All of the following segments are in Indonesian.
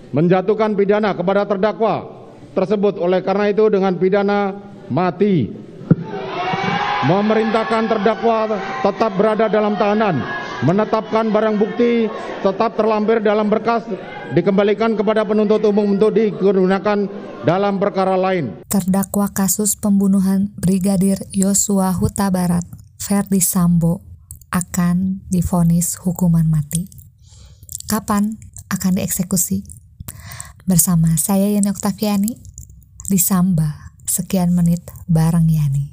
menjatuhkan pidana kepada terdakwa tersebut. Oleh karena itu dengan pidana mati. Memerintahkan terdakwa tetap berada dalam tahanan. Menetapkan barang bukti tetap terlampir dalam berkas, dikembalikan kepada penuntut umum untuk digunakan dalam perkara lain. Terdakwa kasus pembunuhan Brigadir Yosua Huta Barat, Ferdy Sambo, akan divonis hukuman mati. Kapan akan dieksekusi? Bersama saya Yani Oktaviani di Samba. Sekian menit bareng Yani.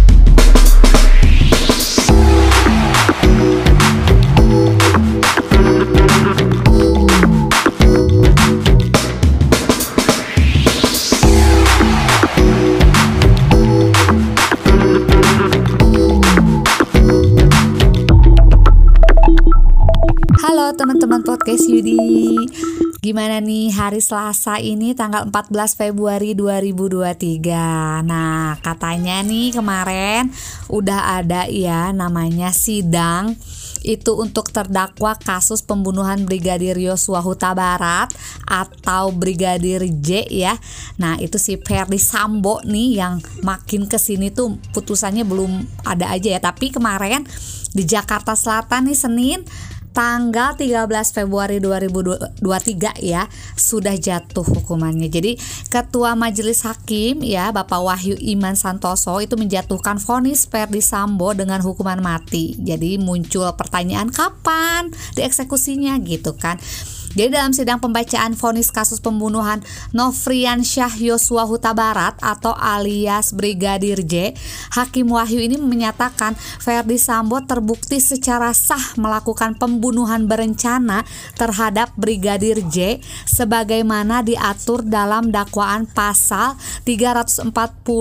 Halo teman-teman podcast Yudi. Gimana nih hari Selasa ini tanggal 14 Februari 2023. Nah, katanya nih kemarin udah ada ya namanya sidang itu untuk terdakwa kasus pembunuhan Brigadir Yosua Huta Barat atau Brigadir J ya. Nah, itu si Ferdy Sambo nih yang makin kesini tuh putusannya belum ada aja ya. Tapi kemarin di Jakarta Selatan nih Senin tanggal 13 Februari 2023 ya sudah jatuh hukumannya. Jadi Ketua Majelis Hakim ya Bapak Wahyu Iman Santoso itu menjatuhkan vonis Ferdy Sambo dengan hukuman mati. Jadi muncul pertanyaan kapan dieksekusinya gitu kan. Jadi dalam sidang pembacaan vonis kasus pembunuhan Nofriansyah Yosua Huta Barat atau alias Brigadir J, Hakim Wahyu ini menyatakan Ferdy Sambo terbukti secara sah melakukan pembunuhan berencana terhadap Brigadir J sebagaimana diatur dalam dakwaan pasal 340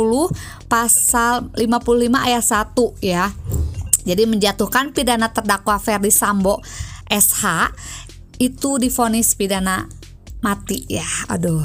pasal 55 ayat 1 ya. Jadi menjatuhkan pidana terdakwa Ferdy Sambo SH itu divonis pidana mati ya. Aduh.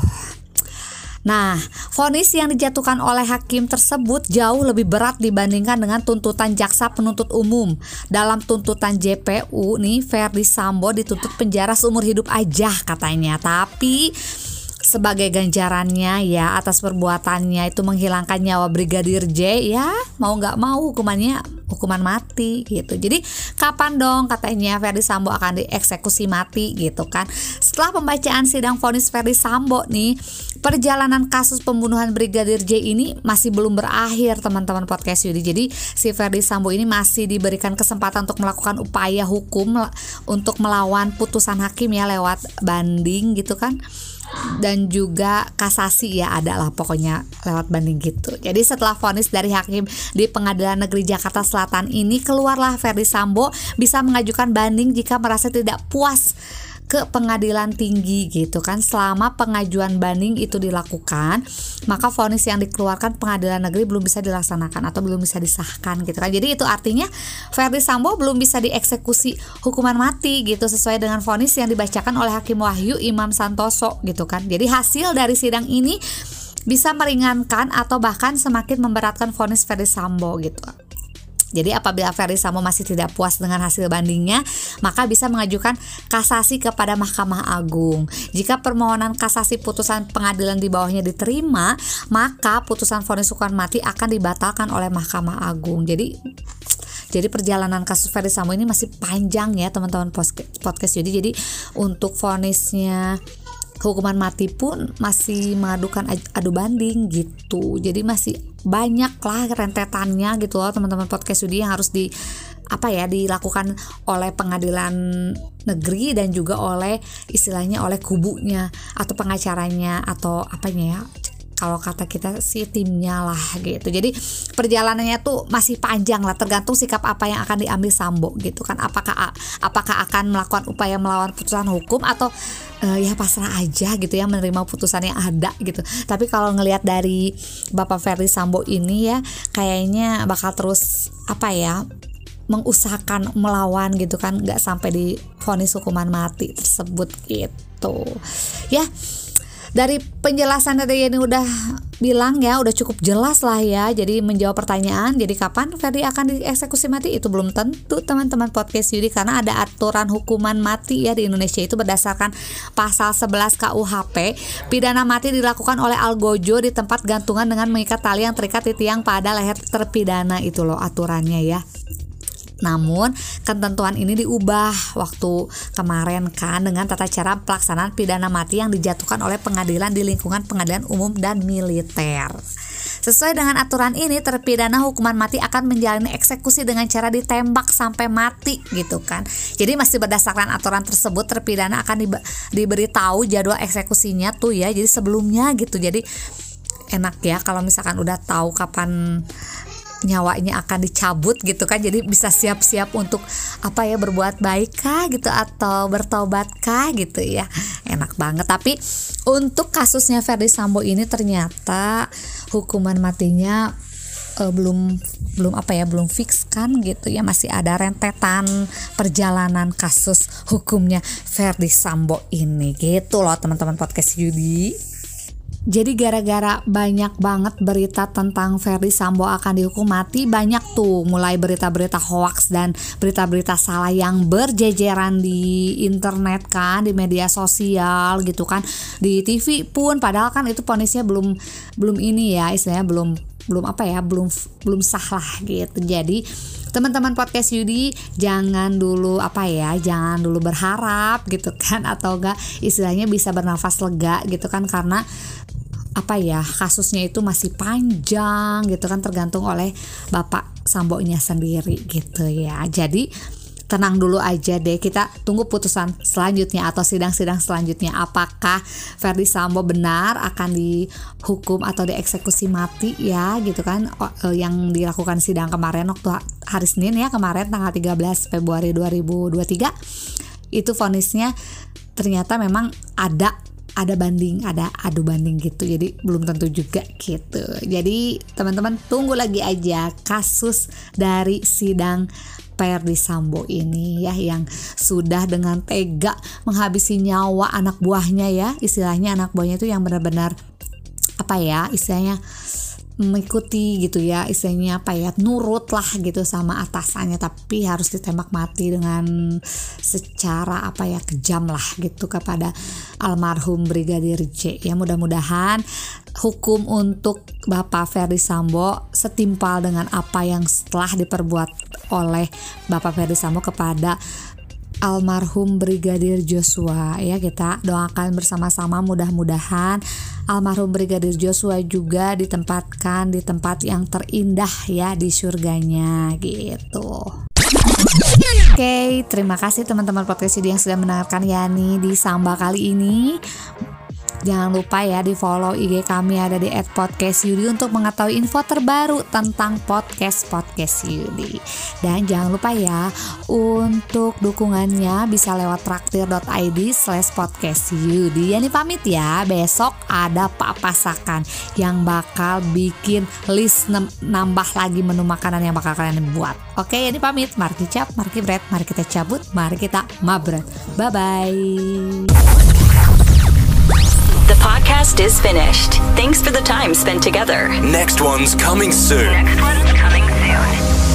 Nah, vonis yang dijatuhkan oleh hakim tersebut jauh lebih berat dibandingkan dengan tuntutan jaksa penuntut umum. Dalam tuntutan JPU nih, Ferdy Sambo dituntut penjara seumur hidup aja katanya. Tapi sebagai ganjarannya ya atas perbuatannya itu menghilangkan nyawa Brigadir J ya mau nggak mau hukumannya hukuman mati gitu. Jadi kapan dong katanya Ferdy Sambo akan dieksekusi mati gitu kan. Setelah pembacaan sidang vonis Ferdy Sambo nih, perjalanan kasus pembunuhan Brigadir J ini masih belum berakhir teman-teman podcast Yudi. Jadi si Ferdy Sambo ini masih diberikan kesempatan untuk melakukan upaya hukum untuk melawan putusan hakim ya lewat banding gitu kan. Dan juga kasasi ya ada lah pokoknya lewat banding gitu. Jadi setelah vonis dari hakim di Pengadilan Negeri Jakarta Selatan ini keluarlah Ferdy Sambo bisa mengajukan banding jika merasa tidak puas ke pengadilan tinggi gitu kan. Selama pengajuan banding itu dilakukan, maka vonis yang dikeluarkan pengadilan negeri belum bisa dilaksanakan atau belum bisa disahkan gitu kan. Jadi itu artinya Ferdy Sambo belum bisa dieksekusi hukuman mati gitu sesuai dengan vonis yang dibacakan oleh Hakim Wahyu Imam Santoso gitu kan. Jadi hasil dari sidang ini bisa meringankan atau bahkan semakin memberatkan vonis Ferdy Sambo gitu. Jadi apabila Ferdy Sambo masih tidak puas dengan hasil bandingnya, maka bisa mengajukan kasasi kepada Mahkamah Agung. Jika permohonan kasasi putusan pengadilan di bawahnya diterima, maka putusan vonis hukuman mati akan dibatalkan oleh Mahkamah Agung. Jadi perjalanan kasus Ferdy Sambo ini masih panjang ya teman-teman podcast. Jadi untuk vonisnya hukuman mati pun masih mengadukan adu banding gitu. Jadi masih banyak lah rentetannya gitu loh teman-teman podcast Yudi yang harus dilakukan oleh pengadilan negeri dan juga oleh istilahnya oleh kubunya atau pengacaranya atau apanya ya kalau kata kita sih timnya lah gitu. Jadi perjalanannya tuh masih panjang lah, tergantung sikap apa yang akan diambil Sambo gitu kan. Apakah akan melakukan upaya melawan putusan hukum atau ya pasrah aja gitu ya menerima putusan yang ada gitu. Tapi kalau ngelihat dari Bapak Ferdy Sambo ini ya kayaknya bakal terus mengusahakan melawan gitu kan, nggak sampai di vonis hukuman mati tersebut gitu ya. Dari penjelasan tadi ini udah bilang ya udah cukup jelas lah ya. Jadi menjawab pertanyaan, jadi kapan Ferdi akan dieksekusi mati itu belum tentu teman-teman podcast Yudi, karena ada aturan hukuman mati ya di Indonesia itu berdasarkan pasal 11 KUHP. Pidana mati dilakukan oleh algojo di tempat gantungan dengan mengikat tali yang terikat di tiang pada leher terpidana, itu loh aturannya ya. Namun ketentuan ini diubah waktu kemarin kan dengan tata cara pelaksanaan pidana mati yang dijatuhkan oleh pengadilan di lingkungan pengadilan umum dan militer. Sesuai dengan aturan ini, terpidana hukuman mati akan menjalani eksekusi dengan cara ditembak sampai mati gitu kan. Jadi masih berdasarkan aturan tersebut, terpidana akan diberitahu jadwal eksekusinya tuh ya. Jadi sebelumnya gitu. Jadi enak ya kalau misalkan udah tahu kapan nyawanya akan dicabut gitu kan, jadi bisa siap-siap untuk apa ya, berbuat baik kah gitu atau bertobat kah gitu ya, enak banget. Tapi untuk kasusnya Ferdi Sambo ini ternyata hukuman matinya belum fix kan gitu ya, masih ada rentetan perjalanan kasus hukumnya Ferdi Sambo ini gitu loh teman-teman podcast Yudi. Jadi gara-gara banyak banget berita tentang Ferdi Sambo akan dihukum mati, banyak tuh mulai berita-berita hoax dan berita-berita salah yang berjejeran di internet kan, di media sosial gitu kan, di TV pun, padahal kan itu vonisnya belum ini ya, istilahnya belum sah lah gitu. Jadi teman-teman podcast Yudi jangan dulu berharap gitu kan, atau enggak istilahnya bisa bernafas lega gitu kan, karena kasusnya itu masih panjang gitu kan, tergantung oleh Bapak Sambonya sendiri gitu ya. Jadi tenang dulu aja deh, kita tunggu putusan selanjutnya atau sidang-sidang selanjutnya, apakah Ferdi Sambo benar akan dihukum atau dieksekusi mati ya gitu kan. Yang dilakukan sidang kemarin waktu hari Senin ya, kemarin tanggal 13 Februari 2023 itu vonisnya ternyata memang ada adu banding gitu, jadi belum tentu juga gitu. Jadi teman-teman tunggu lagi aja kasus dari sidang Ferdi Sambo ini ya, yang sudah dengan tega menghabisi nyawa anak buahnya ya, istilahnya anak buahnya itu yang benar-benar istilahnya mengikuti gitu ya, istilahnya nurut lah gitu sama atasannya, tapi harus ditembak mati dengan secara kejam lah gitu kepada almarhum Brigadir J ya. Mudah-mudahan hukum untuk Bapak Ferdi Sambo setimpal dengan apa yang telah diperbuat oleh Bapak Ferdi Sambo kepada almarhum Brigadir Joshua ya. Kita doakan bersama-sama, mudah-mudahan almarhum Brigadir Joshua juga ditempatkan di tempat yang terindah ya di surganya gitu. Oke, terima kasih teman-teman podcast Yudi yang sudah mendengarkan Yani di Samba kali ini. Jangan lupa ya di follow IG kami ada di @podcastyudi untuk mengetahui info terbaru tentang podcast Yudi. Dan jangan lupa ya untuk dukungannya bisa lewat traktir.id/podcastyudi. Yani pamit ya, besok ada Pak Pasakan yang bakal bikin list nambah lagi menu makanan yang bakal kalian buat. Oke, Yani pamit, mari kicap, mari kibret, mari kita cabut, mari kita mabret. Bye-bye. The podcast is finished. Thanks for the time spent together. Next one's coming soon. Next one's coming soon.